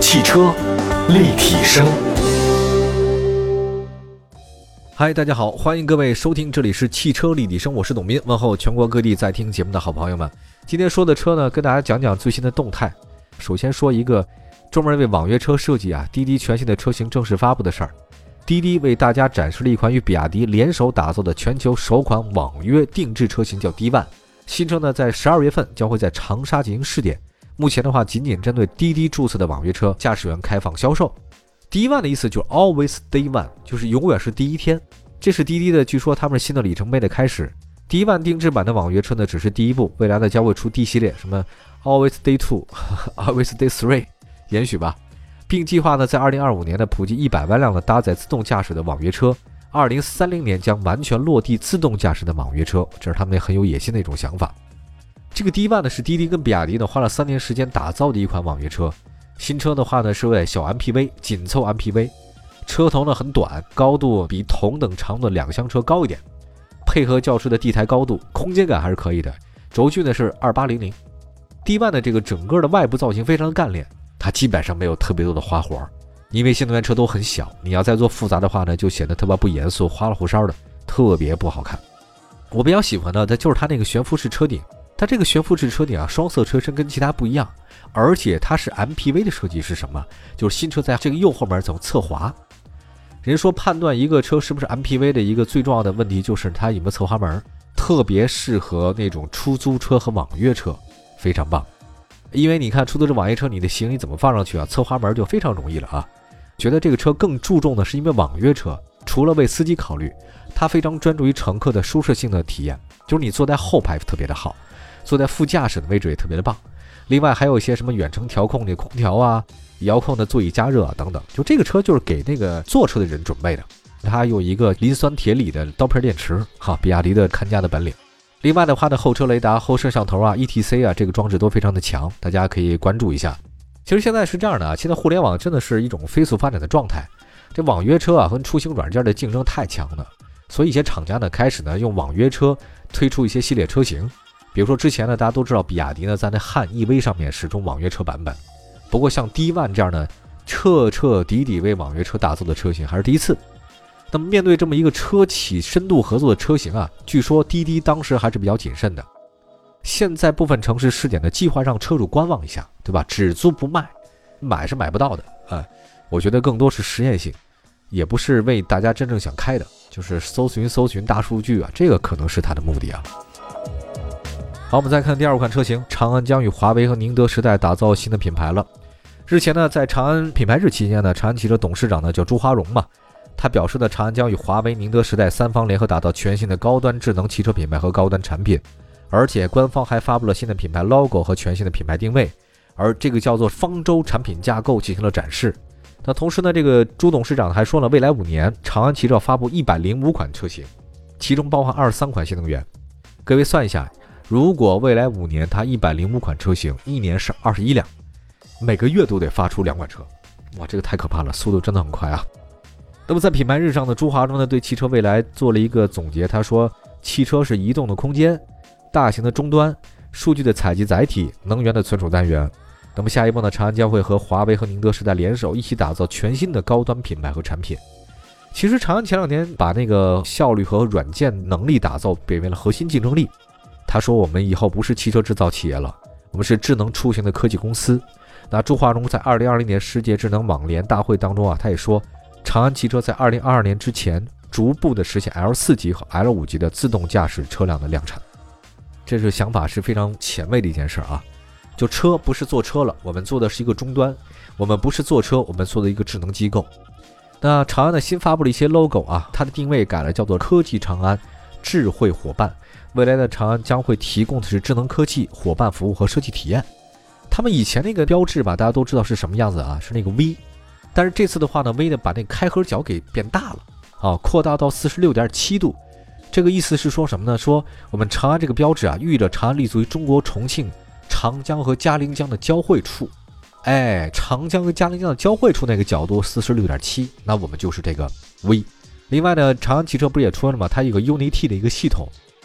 汽车立体声。 嗨，大家好，欢迎各位收听，这里是汽车立体声，我是董斌，问候全国各地在听节目的好朋友们。今天说的车呢，跟大家讲讲最新的动态。首先说一个专门为网约车设计滴滴全新的车型正式发布的事儿。滴滴为大家展示了一款与比亚迪联手打造的全球首款网约定制车型，叫 D1。新车呢，在12月份将会在长沙进行试点。目前的话，仅仅针对滴滴注册的网约车驾驶员开放销售。D1 的意思就是 Always Day One， 就是永远是第一天。这是滴滴的，据说他们新的里程碑的开始。D1 定制版的网约车呢，只是第一步，未来呢将会出 D 系列，什么 Always Day 2 Always Day 3， 也许吧。并计划呢，在2025年的普及100万辆的搭载自动驾驶的网约车，2030年将完全落地自动驾驶的网约车，这是他们很有野心的一种想法。这个 D1 呢，是滴滴跟比亚迪呢花了3年时间打造的一款网约车。新车的话呢，是为小 MPV， 紧凑 MPV， 车头呢很短，高度比同等长度的2厢车高一点，配合轿车的地台高度，空间感还是可以的。轴距呢是2800。D1 的这个整个的外部造型非常的干练，它基本上没有特别多的花活，因为新能源车都很小，你要再做复杂的话呢，就显得特别不严肃，花里胡哨的，特别不好看。我比较喜欢的，它就是它那个悬浮式车顶。它这个悬浮式车顶双色车身跟其他不一样，而且它是 MPV 的设计是什么？就是新车在这个右后门走侧滑。人说判断一个车是不是 MPV 的一个最重要的问题就是它有没有侧滑门，特别适合那种出租车和网约车，非常棒。因为你看出租车网约车，你的行李怎么放上去侧滑门就非常容易了觉得这个车更注重的是因为网约车除了为司机考虑，它非常专注于乘客的舒适性的体验，就是你坐在后排特别的好，坐在副驾驶的位置也特别的棒。另外还有一些什么远程调控的空调遥控的座椅加热等等，就这个车就是给那个坐车的人准备的。它有一个磷酸铁锂的刀片电池比亚迪的看家的本领。另外的话呢，后车雷达、后摄像头ETC 这个装置都非常的强，大家可以关注一下。其实现在是这样的现在互联网真的是一种飞速发展的状态，这网约车和出行软件的竞争太强了，所以一些厂家呢开始呢用网约车推出一些系列车型。比如说之前呢，大家都知道比亚迪呢在那汉 EV 上面始终网约车版本，不过像 D1 这样的彻底为网约车打造的车型还是第一次。那么面对这么一个车企深度合作的车型据说滴滴当时还是比较谨慎的。现在部分城市试点的计划让车主观望一下，对吧？只租不卖，买是买不到的我觉得更多是实验性，也不是为大家真正想开的，就是搜寻大数据这个可能是它的目的好，我们再看第二款车型，长安将与华为和宁德时代打造新的品牌了。日前呢，在长安品牌日期间呢，长安汽车董事长呢叫朱华荣他表示呢，长安将与华为、宁德时代三方联合打造全新的高端智能汽车品牌和高端产品，而且官方还发布了新的品牌 logo 和全新的品牌定位，而这个叫做方舟产品架构进行了展示。那同时呢，这个朱董事长还说了，未来5年长安汽车发布105款车型，其中包含23款新能源。各位算一下，如果未来5年它105款车型，一年是21辆，每个月都得发出2款车，哇，这个太可怕了，速度真的很快那么在品牌日上的朱华忠呢，对汽车未来做了一个总结，他说汽车是移动的空间、大型的终端、数据的采集载体、能源的存储单元。那么下一步呢，长安将会和华为和宁德时代联手，一起打造全新的高端品牌和产品。其实长安前2年把那个效率和软件能力打造变为了核心竞争力。他说我们以后不是汽车制造企业了，我们是智能出行的科技公司。那朱华荣在2020年世界智能网联大会当中他也说，长安汽车在2022年之前逐步的实现 L4 级和 L5 级的自动驾驶车辆的量产。这个想法是非常前卫的一件事就车不是做车了，我们做的是一个终端，我们不是做车，我们做的一个智能机构。那长安呢新发布了一些 logo它的定位改了，叫做科技长安智慧伙伴。未来的长安将会提供的是智能科技、伙伴服务和设计体验。他们以前那个标志大家都知道是什么样子是那个 V， 但是这次的话呢 V 呢把那个开合角给变大了扩大到 46.7 度。这个意思是说什么呢？说我们长安这个标志寓意着长安立足于中国重庆、长江和嘉陵江的交汇处。长江和嘉陵江的交汇处那个角度 46.7， 那我们就是这个 V。另外呢，长安汽车不是也出了吗？它有个 Unity 的一个系统，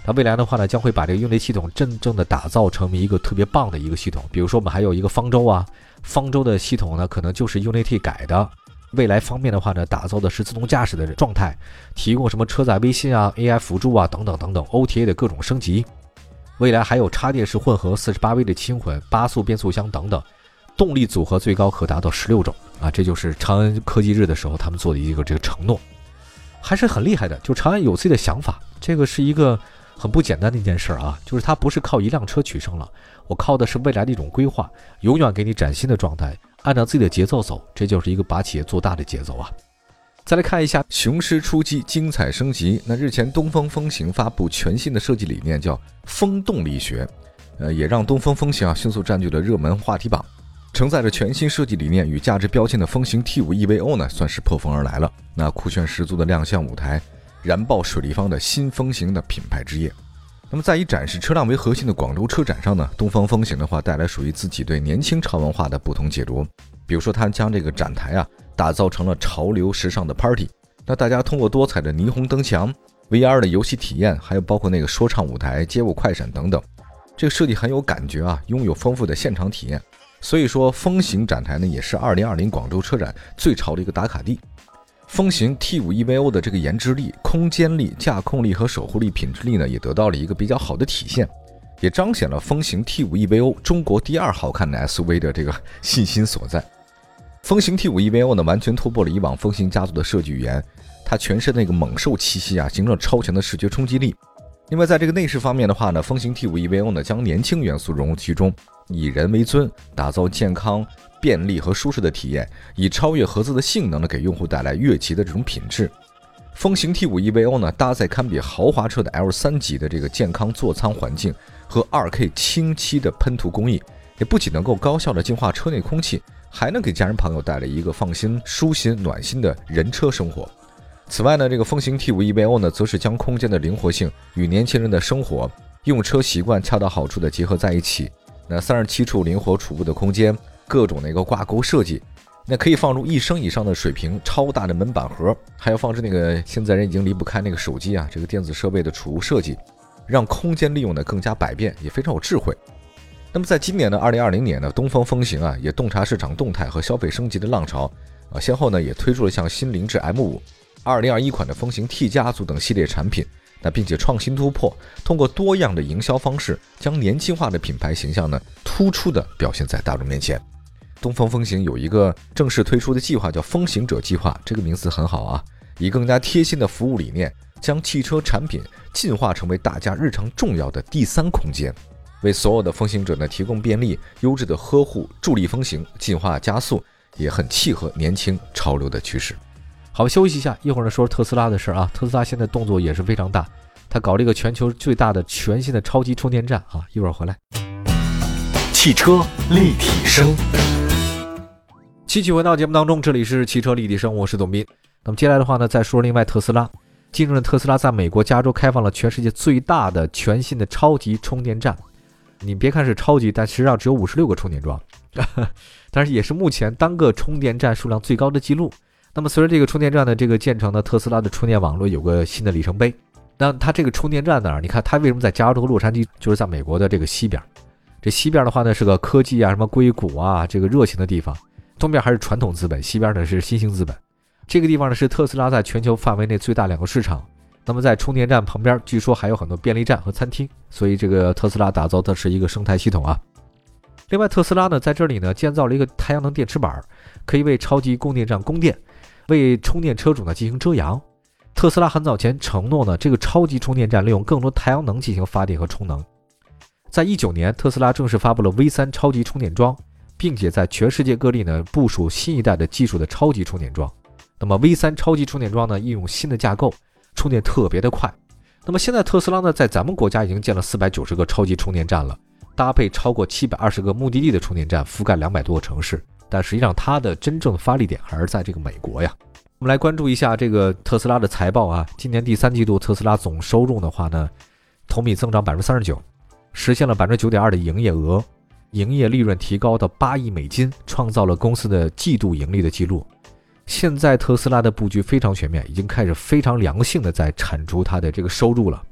它未来的话呢，将会把这个运力系统真正的打造成为一个特别棒的一个系统。比如说我们还有一个方舟啊，方舟的系统呢，可能就是 Unity 改的。未来方面的话呢，打造的是自动驾驶的状态，提供什么车载微信啊、AI 辅助啊等等等等 OTA 的各种升级。未来还有插电式混合、48V 的轻混、8速变速箱等等，动力组合最高可达到16种啊！这就是长安科技日的时候他们做的一个这个承诺，还是很厉害的。就长安有自己的想法，这个是一个很不简单的一件事啊，就是它不是靠一辆车取胜了，我靠的是未来的一种规划，永远给你崭新的状态，按照自己的节奏走，这就是一个把企业做大的节奏啊。再来看一下雄狮出击，精彩升级。那日前东风风行发布全新的设计理念，叫风动力学，也让东风风行啊迅速占据了热门话题榜。承载着全新设计理念与价值标签的风行 T5 EVO 呢，算是破风而来了。那酷炫十足的亮相舞台，燃爆水立方的新风行的品牌之夜。那么在以展示车辆为核心的广州车展上呢，东风风行的话带来属于自己对年轻潮文化的不同解读。比如说它将这个展台啊打造成了潮流时尚的 party， 那大家通过多彩的霓虹灯墙、VR 的游戏体验，还有包括那个说唱舞台、街舞快闪等等，这个设计很有感觉啊，拥有丰富的现场体验。所以说风行展台呢也是2020广州车展最潮的一个打卡地。风行 T5 EVO 的这个颜值力、空间力、驾控力和守护力、品质力呢也得到了一个比较好的体现，也彰显了风行 T5 EVO 中国第2好看的 SUV 的这个信心所在。风行 T5 EVO 呢完全突破了以往风行家族的设计语言，它全身那个猛兽气息啊，形成了超强的视觉冲击力。另外在这个内饰方面的话呢，风行 T5 EVO 呢将年轻元素融入其中，以人为尊，打造健康、便利和舒适的体验，以超越合资的性能呢给用户带来越级的这种品质。风行 T5 EVO 呢搭载堪比豪华车的 L3 级的这个健康座舱环境和 2K 清漆的喷涂工艺，也不仅能够高效的净化车内空气，还能给家人朋友带来一个放心、舒心、暖心的人车生活。此外呢，这个风行 T5 EVO 呢，则是将空间的灵活性与年轻人的生活用车习惯恰到好处的结合在一起。那37处灵活储物的空间，各种那个挂钩设计，那可以放入1升以上的水平，超大的门板盒，还要放置那个现在人已经离不开那个手机啊，这个电子设备的储物设计，让空间利用的更加百变，也非常有智慧。那么在今年的2020年呢，东风风行啊也洞察市场动态和消费升级的浪潮啊，先后呢也推出了像新凌志 M5、2021款的风行 T 家族等系列产品，那并且创新突破，通过多样的营销方式，将年轻化的品牌形象呢突出的表现在大众面前。东风风行有一个正式推出的计划，叫风行者计划，这个名字很好啊，以更加贴心的服务理念，将汽车产品进化成为大家日常重要的第三空间，为所有的风行者呢提供便利、优质的呵护，助力风行进化加速，也很契合年轻潮流的趋势。好，休息一下，一会儿呢说特斯拉的事啊。特斯拉现在动作也是非常大，他搞了一个全球最大的全新的超级充电站啊，一会儿回来。 汽车立体声， 继续回到节目当中，这里是汽车立体声，我是董斌。那么接下来的话呢，再说另外特斯拉。近日呢，特斯拉在美国加州开放了全世界最大的全新的超级充电站。你别看是超级，但实际上只有56个充电桩，但是也是目前单个充电站数量最高的记录。那么随着这个充电站的这个建成呢，特斯拉的充电网络有个新的里程碑。那它这个充电站呢，你看它为什么在加州和洛杉矶，就是在美国的这个西边。这西边的话呢是个科技啊，什么硅谷啊，这个热情的地方。东边还是传统资本，西边呢是新兴资本。这个地方呢是特斯拉在全球范围内最大2个市场。那么在充电站旁边据说还有很多便利站和餐厅，所以这个特斯拉打造的是一个生态系统啊。另外特斯拉呢在这里呢建造了一个太阳能电池板，可以为超级供电站供电，为充电车主呢进行遮阳。特斯拉很早前承诺呢，这个超级充电站利用更多太阳能进行发电和充能。在19年，特斯拉正式发布了 V3 超级充电桩，并且在全世界各地呢部署新一代的技术的超级充电桩。那么 V3 超级充电桩呢应用新的架构，充电特别的快。那么现在特斯拉呢在咱们国家已经建了490个超级充电站了，搭配超过720个目的地的充电站，覆盖200多个城市。但实际上它的真正的发力点还是在这个美国呀。我们来关注一下这个特斯拉的财报啊，今年第3季度特斯拉总收入的话呢，同比增长 39%， 实现了 9.2% 的营业额，营业利润提高到8亿美金，创造了公司的季度盈利的记录。现在特斯拉的布局非常全面，已经开始非常良性的在产出它的这个收入了。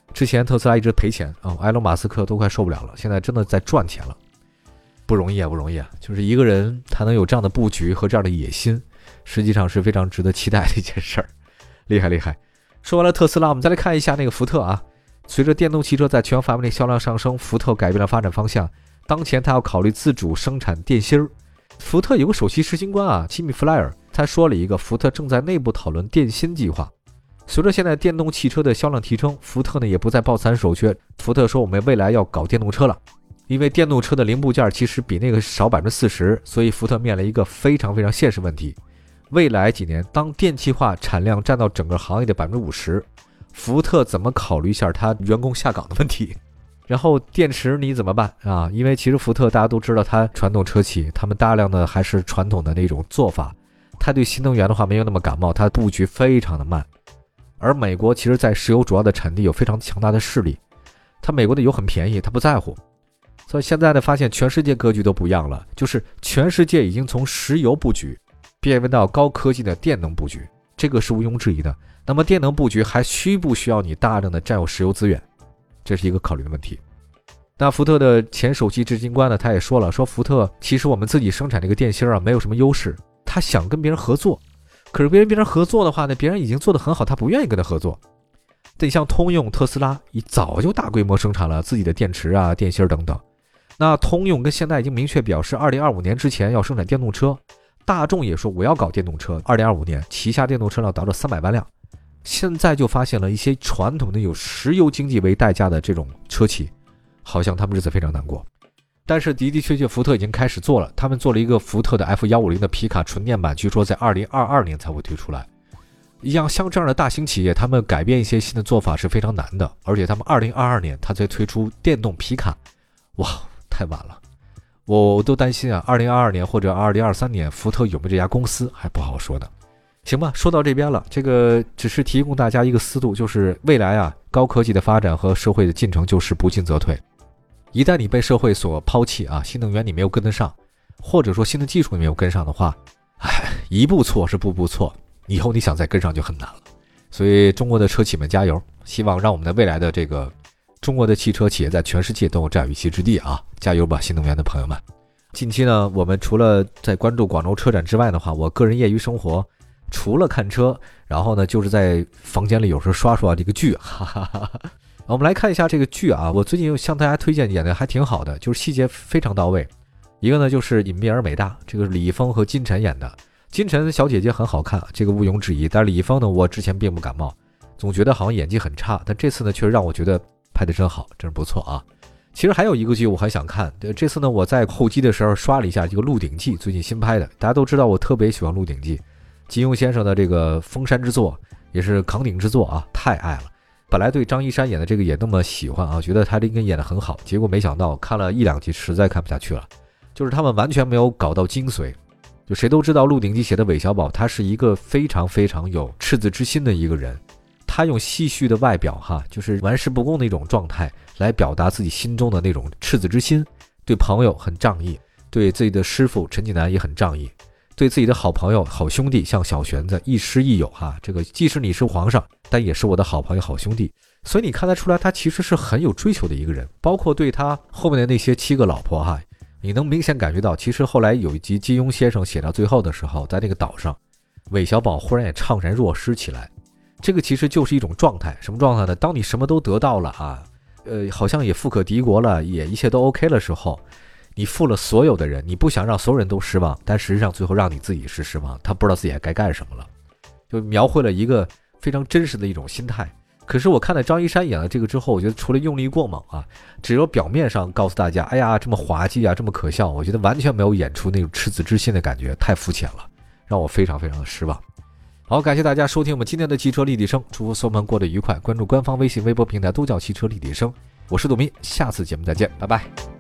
之前特斯拉一直赔钱啊，埃隆马斯克都快受不了了，现在真的在赚钱了，不容易啊！就是一个人他能有这样的布局和这样的野心，实际上是非常值得期待的一件事儿，厉害。说完了特斯拉，我们再来看一下那个福特啊。随着电动汽车在全球范围内销量上升，福特改变了发展方向。当前他要考虑自主生产电芯儿。福特有个首席执行官啊，吉米·弗莱尔，他说了一个，福特正在内部讨论电芯计划。随着现在电动汽车的销量提升，福特呢也不再抱残守缺。福特说我们未来要搞电动车了，因为电动车的零部件其实比那个少40%，所以福特面临一个非常现实问题。未来几年，当电气化产量占到整个行业的50%，福特怎么考虑一下他员工下岗的问题？然后电池你怎么办啊？因为其实福特大家都知道，它传统车企，他们大量的还是传统的那种做法，它对新能源的话没有那么感冒，它布局非常的慢。而美国其实在石油主要的产地有非常强大的势力，它美国的油很便宜，它不在乎。所以现在呢，发现全世界格局都不一样了，就是全世界已经从石油布局变为到高科技的电能布局，这个是毋庸置疑的。那么电能布局还需不需要你大量的占有石油资源？这是一个考虑的问题。那福特的前首席执行官呢，他也说了，说福特其实我们自己生产这个电芯啊没有什么优势，他想跟别人合作，可是别人合作的话呢，别人已经做得很好，他不愿意跟他合作。对，像通用、特斯拉早就大规模生产了自己的电池啊、电芯等等。那通用跟现在已经明确表示2025年之前要生产电动车，大众也说我要搞电动车，2025年旗下电动车辆达到300万辆。现在就发现了一些传统的有石油经济为代价的这种车企，好像他们日子非常难过。但是的确福特已经开始做了，他们做了一个福特的 F150 的皮卡纯电版，据说在2022年才会推出来。像这样的大型企业，他们改变一些新的做法是非常难的，而且他们2022年他才推出电动皮卡，哇，太晚了。我都担心啊，2022年或者2023年福特有没有这家公司还不好说呢。行吧，说到这边了，这个只是提供大家一个思路，就是未来啊，高科技的发展和社会的进程就是不进则退。一旦你被社会所抛弃啊，新能源你没有跟得上，或者说新的技术你没有跟上的话，一步错是步步错，以后你想再跟上就很难了。所以中国的车企们加油，希望让我们的未来的这个中国的汽车企业在全世界都有占有一席之地啊！加油吧，新能源的朋友们！近期呢，我们除了在关注广州车展之外的话，我个人业余生活除了看车，然后呢就是在房间里有时候刷这个剧，哈哈哈哈。我们来看一下这个剧啊，我最近又向大家推荐，演的还挺好的，就是细节非常到位。一个呢就是隐秘而美大，这个李易峰和金晨演的，金晨小姐姐很好看，这个毋庸置疑，但是李易峰呢，我之前并不感冒，总觉得好像演技很差，但这次呢确实让我觉得拍得真好，真是不错啊。其实还有一个剧我很想看，这次呢我在候机的时候刷了一下这个《鹿鼎记》，最近新拍的，大家都知道我特别喜欢《鹿鼎记》，金庸先生的这个封山之作，也是扛鼎之作啊，太爱了。本来对张一山演的这个也那么喜欢啊，觉得他应该演得很好，结果没想到看了1-2集实在看不下去了，就是他们完全没有搞到精髓。就谁都知道《鹿鼎记》写的韦小宝，他是一个非常非常有赤子之心的一个人，他用戏谑的外表就是玩世不恭的一种状态来表达自己心中的那种赤子之心，对朋友很仗义，对自己的师父陈近南也很仗义，对自己的好朋友好兄弟像小玄子亦师亦友这个既是你是皇上，但也是我的好朋友好兄弟。所以你看得出来他其实是很有追求的一个人，包括对他后面的那些7个老婆你能明显感觉到，其实后来有一集金庸先生写到最后的时候，在那个岛上韦小宝忽然也怅然若失起来，这个其实就是一种状态。什么状态呢？当你什么都得到了好像也富可敌国了，也一切都 OK 的时候，你负了所有的人，你不想让所有人都失望，但实际上最后让你自己是失望，他不知道自己该干什么了，就描绘了一个非常真实的一种心态。可是我看了张一山演了这个之后，我觉得除了用力过猛只有表面上告诉大家，哎呀这么滑稽这么可笑，我觉得完全没有演出那种赤子之心的感觉，太肤浅了，让我非常非常的失望。好，感谢大家收听我们今天的汽车立体声，祝福所有们过得愉快，关注官方微信微博平台都叫汽车立体声，我是董斌，下次节目再见，拜拜。